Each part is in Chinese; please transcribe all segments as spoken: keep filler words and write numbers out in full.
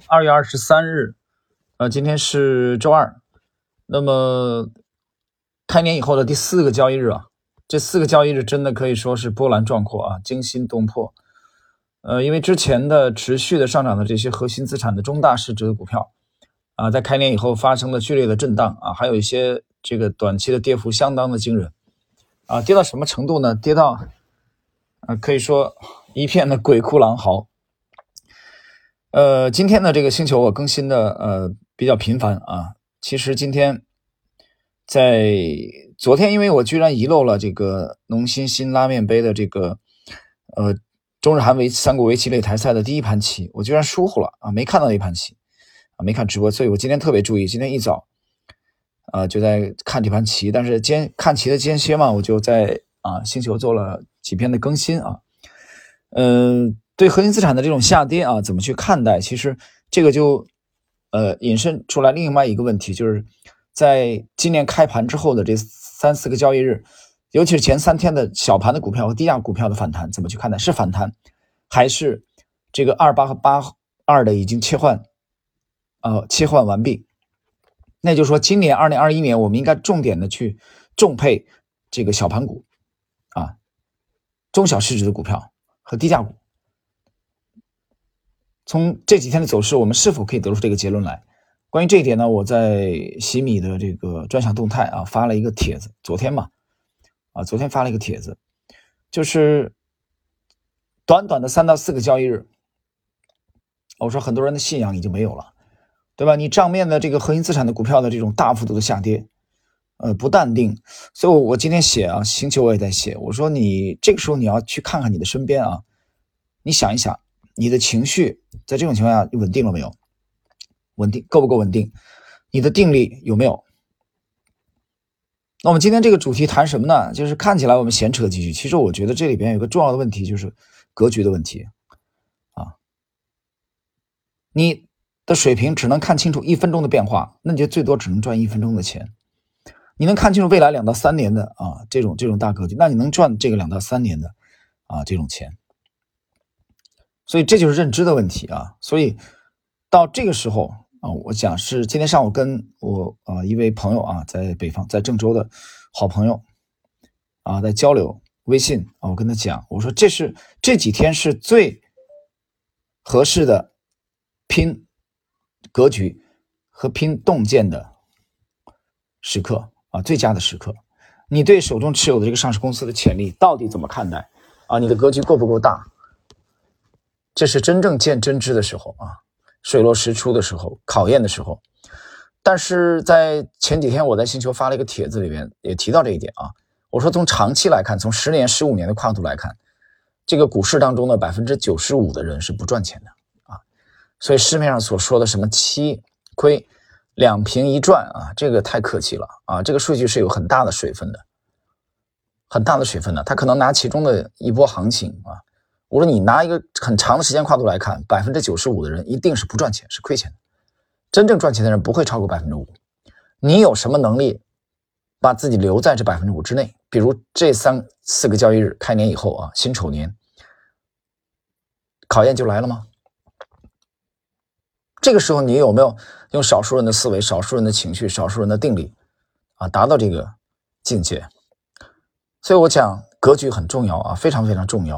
二月二十三日，呃，今天是周二。那么开年以后的第四个交易日啊，这四个交易日真的可以说是波澜壮阔啊，惊心动魄。呃，因为之前的持续的上涨的这些核心资产的中大市值的股票啊，在开年以后发生了剧烈的震荡啊，还有一些这个短期的跌幅相当的惊人啊，跌到什么程度呢？跌到啊，可以说一片的鬼哭狼嚎。呃，今天的这个星球我更新的呃比较频繁啊。其实今天在昨天，因为我居然遗漏了这个农心新拉面杯的这个呃中日韩围三国围棋擂台赛的第一盘棋，我居然疏忽了啊，没看到那盘棋啊，没看直播，所以我今天特别注意，今天一早啊、呃、就在看这盘棋，但是间看棋的间歇嘛，我就在啊星球做了几篇的更新啊，嗯、呃。对核心资产的这种下跌啊，怎么去看待？其实这个就呃引申出来另外一个问题，就是在今年开盘之后的这三四个交易日，尤其是前三天的小盘的股票和低价股票的反弹，怎么去看待？是反弹，还是这个二八和八二的已经切换呃切换完毕？那就是说，今年二零二一年我们应该重点的去重配这个小盘股啊，中小市值的股票和低价股。从这几天的走势，我们是否可以得出这个结论来？关于这一点呢，我在喜米的这个专享动态啊发了一个帖子，昨天嘛，啊昨天发了一个帖子，就是短短的三到四个交易日，我说很多人的信仰已经没有了，对吧？你账面的这个核心资产的股票的这种大幅度的下跌，呃不淡定，所以我今天写啊，星球我也在写，我说你这个时候你要去看看你的身边啊，你想一想。你的情绪在这种情况下稳定了没有？稳定够不够稳定？你的定力有没有？那我们今天这个主题谈什么呢？就是看起来我们闲扯几句，其实我觉得这里边有个重要的问题，就是格局的问题啊。你的水平只能看清楚一分钟的变化，那你就最多只能赚一分钟的钱。你能看清楚未来两到三年的啊这种这种大格局，那你能赚这个两到三年的啊这种钱。所以这就是认知的问题啊，所以到这个时候啊，我讲是今天上午跟我啊一位朋友啊，在北方，在郑州的好朋友啊，在交流微信啊，我跟他讲，我说这是这几天是最合适的拼格局和拼洞见的时刻啊，最佳的时刻。你对手中持有的这个上市公司的潜力到底怎么看待啊？你的格局够不够大？这是真正见真知的时候啊，水落石出的时候，考验的时候。但是在前几天我在星球发了一个帖子里面也提到这一点啊，我说从长期来看，从十年十五年的跨度来看，这个股市当中的 百分之九十五 的人是不赚钱的啊。所以市面上所说的什么七亏两平一赚啊，这个太客气了啊，这个数据是有很大的水分的，很大的水分的，他可能拿其中的一波行情啊。我说你拿一个很长的时间跨度来看， 百分之九十五 的人一定是不赚钱，是亏钱的。真正赚钱的人不会超过 百分之五。 你有什么能力把自己留在这 百分之五 之内？比如这三四个交易日开年以后啊，辛丑年考验就来了吗？这个时候你有没有用少数人的思维、少数人的情绪、少数人的定力啊，达到这个境界？所以我讲格局很重要啊，非常非常重要。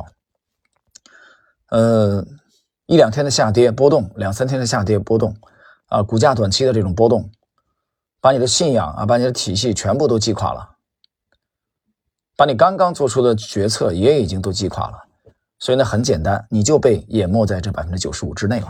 呃，一两天的下跌波动，两三天的下跌波动啊，股价短期的这种波动，把你的信仰啊，把你的体系全部都击垮了，把你刚刚做出的决策也已经都击垮了。所以呢，很简单，你就被淹没在这 百分之九十五 之内了。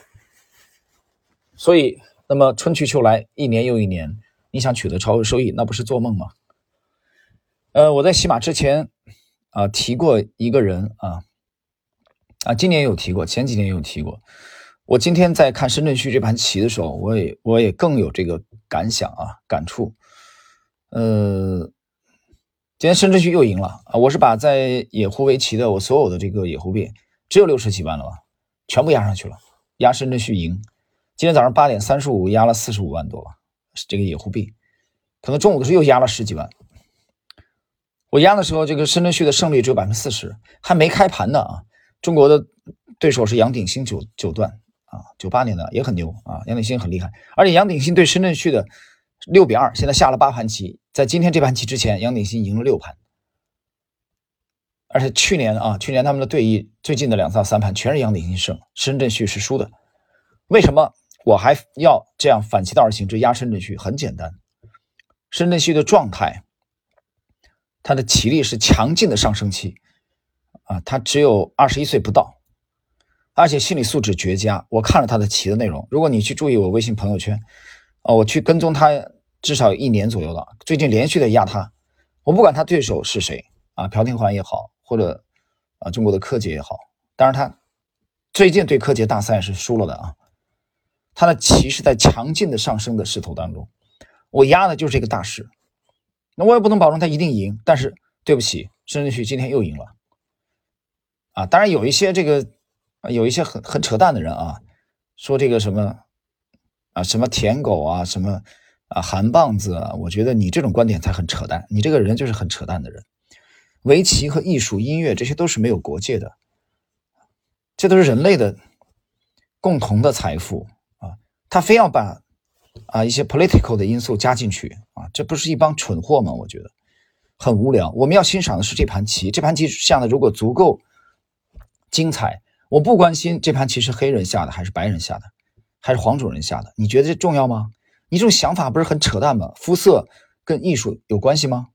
所以，那么春去秋来，一年又一年，你想取得超额收益，那不是做梦吗？呃，我在喜马之前啊提过一个人啊。啊，今年有提过，前几年也有提过。我今天在看深圳旭这盘棋的时候，我也我也更有这个感想啊，感触。呃，今天深圳旭又赢了啊！我是把在野狐围棋的我所有的这个野狐币只有六十几万了吧，全部压上去了，压深圳旭赢。今天早上八点三十五压了四十五万多吧，这个野狐币，可能中午的时候又压了十几万。我压的时候，这个深圳旭的胜率只有 百分之四十， 还没开盘呢啊！中国的对手是杨鼎新九九段啊，九八年的也很牛啊，杨鼎新很厉害。而且杨鼎新对申正旭的六比二，现在下了八盘棋，在今天这盘棋之前，杨鼎新赢了六盘。而且去年啊，去年他们的对弈最近的两到三盘全是杨鼎新胜，申正旭是输的。为什么我还要这样反其道而行之压申正旭？很简单，申正旭的状态，他的棋力是强劲的上升期啊，他只有二十一岁不到，而且心理素质绝佳。我看了他的棋的内容，如果你去注意我微信朋友圈啊，我去跟踪他至少有一年左右了，最近连续的压他，我不管他对手是谁啊，朴廷桓也好，或者啊中国的柯洁也好，当然他最近对柯洁大赛是输了的啊。他的棋是在强劲的上升的势头当中，我压的就是这个大势，那我也不能保证他一定赢，但是对不起，申正旭今天又赢了啊！当然有一些这个有一些很很扯淡的人啊，说这个什么啊什么舔狗啊，什么啊韩棒子啊，我觉得你这种观点才很扯淡，你这个人就是很扯淡的人。围棋和艺术、音乐这些都是没有国界的，这都是人类的共同的财富。他非要把啊一些 political 的因素加进去啊，这不是一帮蠢货吗？我觉得很无聊。我们要欣赏的是这盘棋，这盘棋下的如果足够精彩，我不关心这盘棋是黑人下的还是白人下的，还是黄种人下的，你觉得这重要吗？你这种想法不是很扯淡吗？肤色跟艺术有关系吗？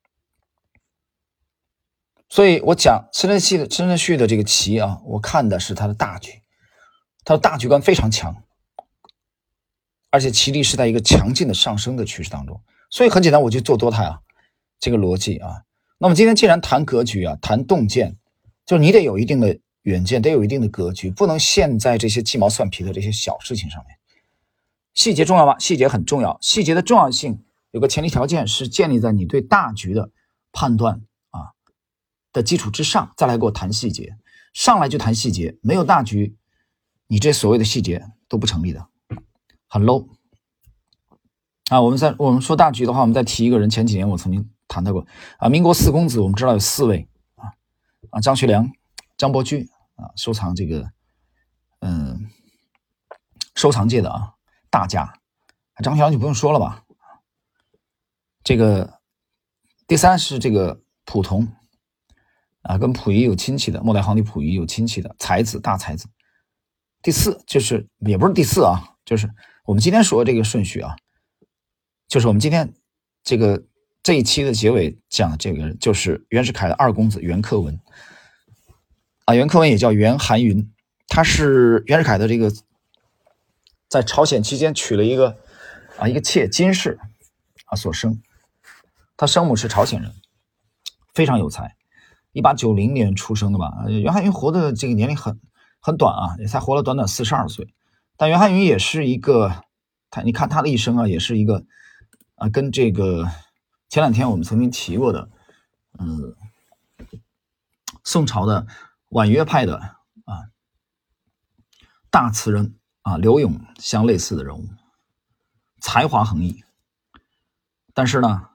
所以我讲申正旭的申正旭的这个棋啊，我看的是他的大局，他的大局观非常强。而且棋力是在一个强劲的上升的趋势当中，所以很简单，我就做多态啊，这个逻辑啊。那么今天既然谈格局啊，谈洞见，就你得有一定的远见，得有一定的格局，不能陷在这些鸡毛蒜皮的这些小事情上面。细节重要吗？细节很重要，细节的重要性有个前提条件是建立在你对大局的判断啊的基础之上，再来给我谈细节。上来就谈细节，没有大局，你这所谓的细节都不成立的。很 low 啊！我们在我们说大局的话，我们再提一个人，前几年我曾经谈到过啊，民国四公子，我们知道有四位啊啊，张学良、张伯驹啊，收藏这个嗯收藏界的啊大家，张学良就不用说了吧。这个第三是这个溥同啊，跟溥仪有亲戚的，末代皇帝溥仪有亲戚的才子，大才子。第四就是也不是第四啊，就是我们今天说的这个顺序啊，就是我们今天这个这一期的结尾讲的这个人，就是袁世凯的二公子袁克文啊，袁克文也叫袁寒云，他是袁世凯的这个在朝鲜期间娶了一个啊一个妾金氏啊所生，他生母是朝鲜人，非常有才，一八九零年出生的吧。袁寒云活的这个年龄很很短啊，也才活了短短四十二岁。但袁寒云也是一个，他你看他的一生啊，也是一个啊，跟这个前两天我们曾经提过的，嗯，宋朝的婉约派的啊大词人啊柳永相类似的人物，才华横溢，但是呢，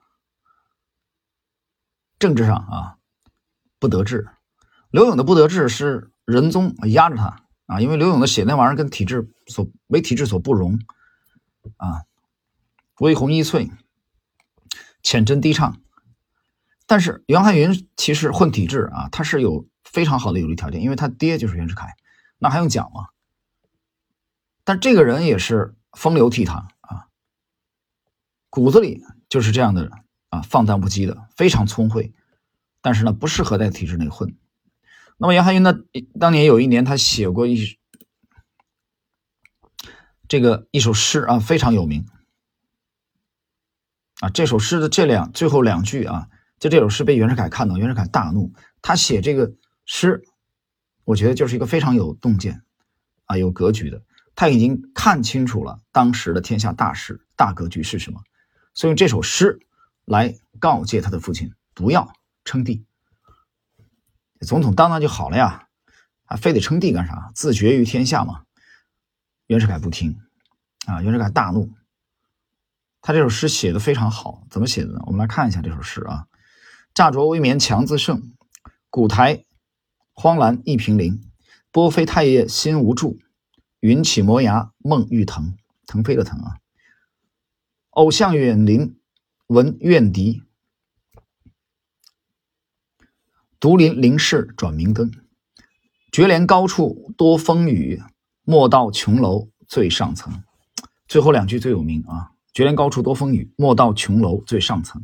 政治上啊不得志。柳永的不得志是仁宗压着他。啊，因为柳永的写那玩意儿跟体制所为体制所不容啊，微红易碎，浅斟低唱。但是袁寒云其实混体制啊，他是有非常好的有利条件，因为他爹就是袁世凯，那还用讲吗？但这个人也是风流倜傥啊，骨子里就是这样的啊，放荡不羁的，非常聪慧，但是呢，不适合在体制内混。那么袁寒云呢，当年有一年他写过一这个一首诗啊，非常有名啊。这首诗的这两最后两句啊，就这首诗被袁世凯看到，袁世凯大怒。他写这个诗，我觉得就是一个非常有洞见啊，有格局的。他已经看清楚了当时的天下大势、大格局是什么，所以用这首诗来告诫他的父亲不要称帝。总统当当就好了呀，啊，非得称帝干啥？自绝于天下嘛。袁世凯不听啊，袁世凯大怒。他这首诗写的非常好，怎么写的呢？我们来看一下这首诗啊。乍着微绵强自胜，古台荒兰一平林。波飞太液心无助， 云起摩崖，梦欲腾，腾飞的腾啊。偶向远邻，闻怨敌。独临灵室转明灯。绝帘高处多风雨，莫到琼楼最上层。最后两句最有名啊！绝帘高处多风雨，莫到琼楼最上层。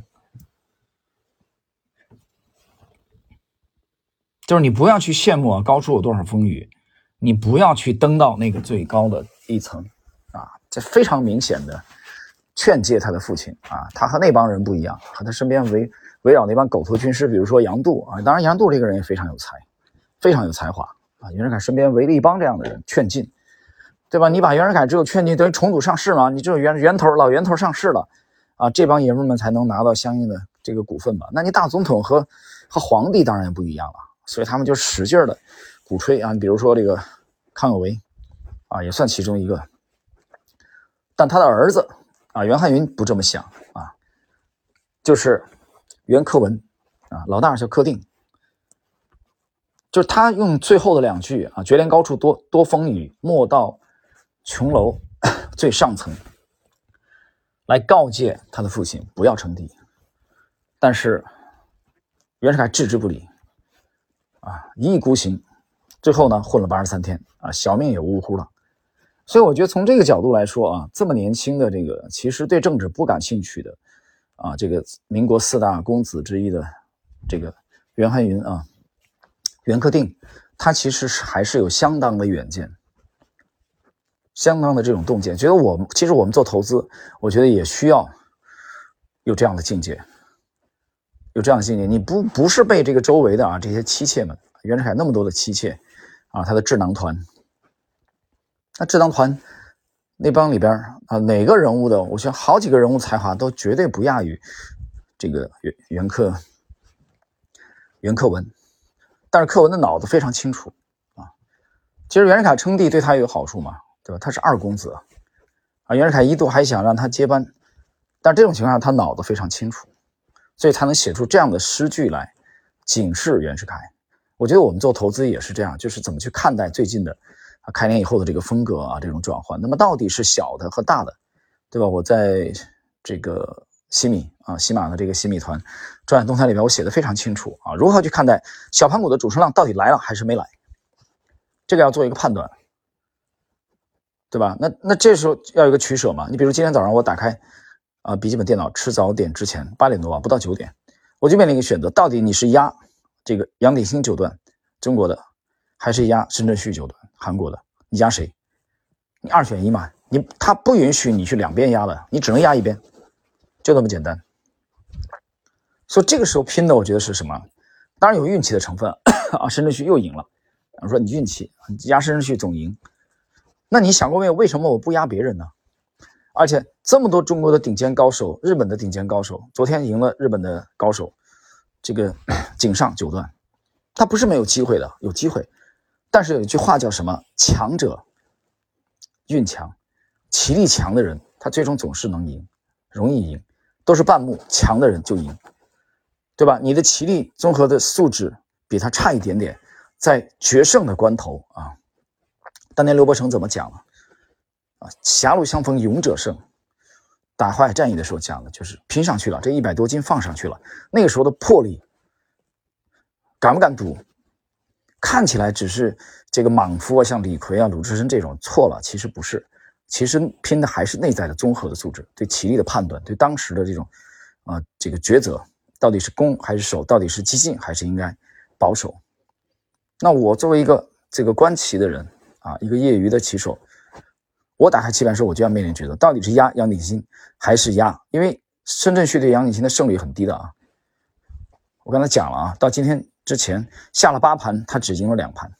就是你不要去羡慕啊，高处有多少风雨，你不要去登到那个最高的一层啊！这非常明显的劝诫他的父亲啊，他和那帮人不一样，和他身边围围绕那帮狗头军师，比如说杨度啊，当然杨度这个人也非常有才，非常有才华啊。袁世凯身边围了一帮这样的人劝进，对吧？你把袁世凯只有劝进等于重组上市嘛，你只有源源头老源头上市了啊，这帮爷们们才能拿到相应的这个股份吧？那你大总统和和皇帝当然不一样了。所以他们就使劲的鼓吹啊，比如说这个康有为啊，也算其中一个。但他的儿子啊，袁汉云不这么想啊，就是袁克文啊，老大叫柯定，就是他用最后的两句啊，绝帘高处多多风雨，莫到琼楼最上层，来告诫他的父亲不要称帝。但是袁世凯置之不理。啊，一意孤行，最后呢混了八十三天啊，小命也呜呼了。所以我觉得从这个角度来说啊，这么年轻的这个其实对政治不感兴趣的啊，这个民国四大公子之一的这个袁汉云啊，袁克定，他其实是还是有相当的远见，相当的这种洞见。觉得我们其实我们做投资，我觉得也需要有这样的境界。有这样的信念，你不不是被这个周围的啊这些妻妾们，袁世凯那么多的妻妾啊，他的智囊团，那智囊团那帮里边啊，哪个人物的，我觉得好几个人物才华都绝对不亚于这个袁袁克袁克文，但是克文的脑子非常清楚啊。其实袁世凯称帝对他也有好处嘛，对吧？他是二公子啊，袁世凯一度还想让他接班，但这种情况下他脑子非常清楚。所以才能写出这样的诗句来警示袁世凯。我觉得我们做投资也是这样，就是怎么去看待最近的啊开年以后的这个风格啊这种转换。那么到底是小的和大的，对吧？我在这个西米啊西马的这个西米团专栏动态里面我写的非常清楚啊，如何去看待小盘股的主升浪到底来了还是没来，这个要做一个判断，对吧？那那这时候要有一个取舍嘛。你比如今天早上我打开啊，笔记本电脑吃早点之前八点多啊，不到九点，我就面临一个选择，到底你是压这个杨鼎新九段中国的，还是压深圳旭九段韩国的？你压谁？你二选一嘛，你他不允许你去两边压的，你只能压一边，就这么简单。所以这个时候拼的，我觉得是什么？当然有运气的成分啊，深圳旭又赢了。我说你运气，压深圳旭总赢，那你想过没有，为什么我不压别人呢？而且这么多中国的顶尖高手，日本的顶尖高手，昨天赢了日本的高手，这个井上九段，他不是没有机会的，有机会。但是有一句话叫什么？强者运强，棋力强的人，他最终总是能赢，容易赢，都是半目，强的人就赢，对吧？你的棋力综合的素质比他差一点点，在决胜的关头啊，当年刘伯承怎么讲了？啊，狭路相逢勇者胜，打淮海战役的时候讲的就是拼上去了，这一百多斤放上去了，那个时候的魄力，敢不敢赌？看起来只是这个莽夫啊，像李逵啊、鲁智深这种错了，其实不是，其实拼的还是内在的综合的素质，对棋力的判断，对当时的这种啊、呃、这个抉择，到底是攻还是守，到底是激进还是应该保守。那我作为一个这个观棋的人啊，一个业余的棋手。我打开棋盘的时候，我就要面临抉择，到底是压杨鼎新还是压？因为深圳旭对杨鼎新的胜率很低的啊。我刚才讲了啊，到今天之前下了八盘，他只赢了两盘。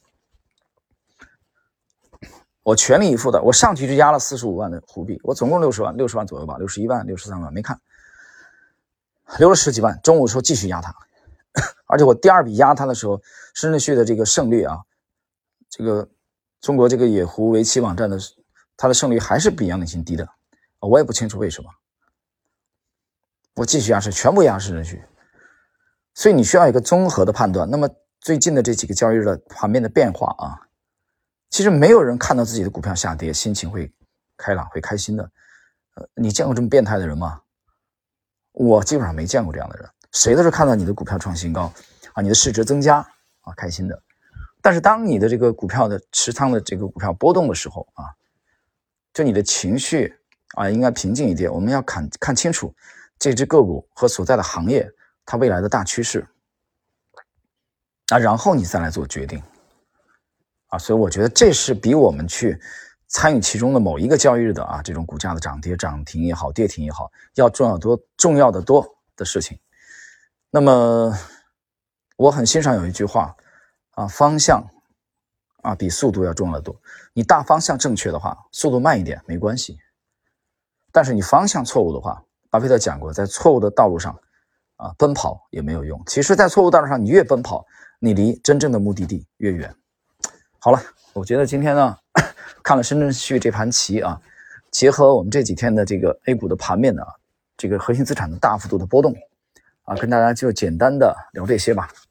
我全力以赴的，我上去就压了四十五万的胡币，我总共六十万，六十万左右吧，六十一万、六十三万没看，留了十几万。中午的时候继续压他，而且我第二笔压他的时候，深圳旭的这个胜率啊，这个中国这个野狐围棋网站的。他的胜率还是比杨鼎新低的，我也不清楚为什么。我继续压是全部压深圳旭，所以你需要一个综合的判断。那么最近的这几个交易日的盘面的变化啊， 其实没有人看到自己的股票下跌心情会开朗会开心的。呃，你见过这么变态的人吗？我基本上没见过这样的人，谁都是看到你的股票创新高啊，你的市值增加啊，开心的。但是当你的这个股票的持仓的这个股票波动的时候啊，就你的情绪啊应该平静一点，我们要看看清楚这只个股和所在的行业它未来的大趋势啊，然后你再来做决定啊。所以我觉得这是比我们去参与其中的某一个交易日的啊这种股价的涨跌涨停也好跌停也好要重要多重要的多的事情。那么我很欣赏有一句话啊，方向啊比速度要重要的多。你大方向正确的话，速度慢一点没关系，但是你方向错误的话，巴菲特讲过，在错误的道路上啊奔跑也没有用。其实在错误道路上你越奔跑，你离真正的目的地越远。好了，我觉得今天呢看了深圳旭这盘棋啊，结合我们这几天的这个 A 股的盘面呢，这个核心资产的大幅度的波动啊，跟大家就简单的聊这些吧。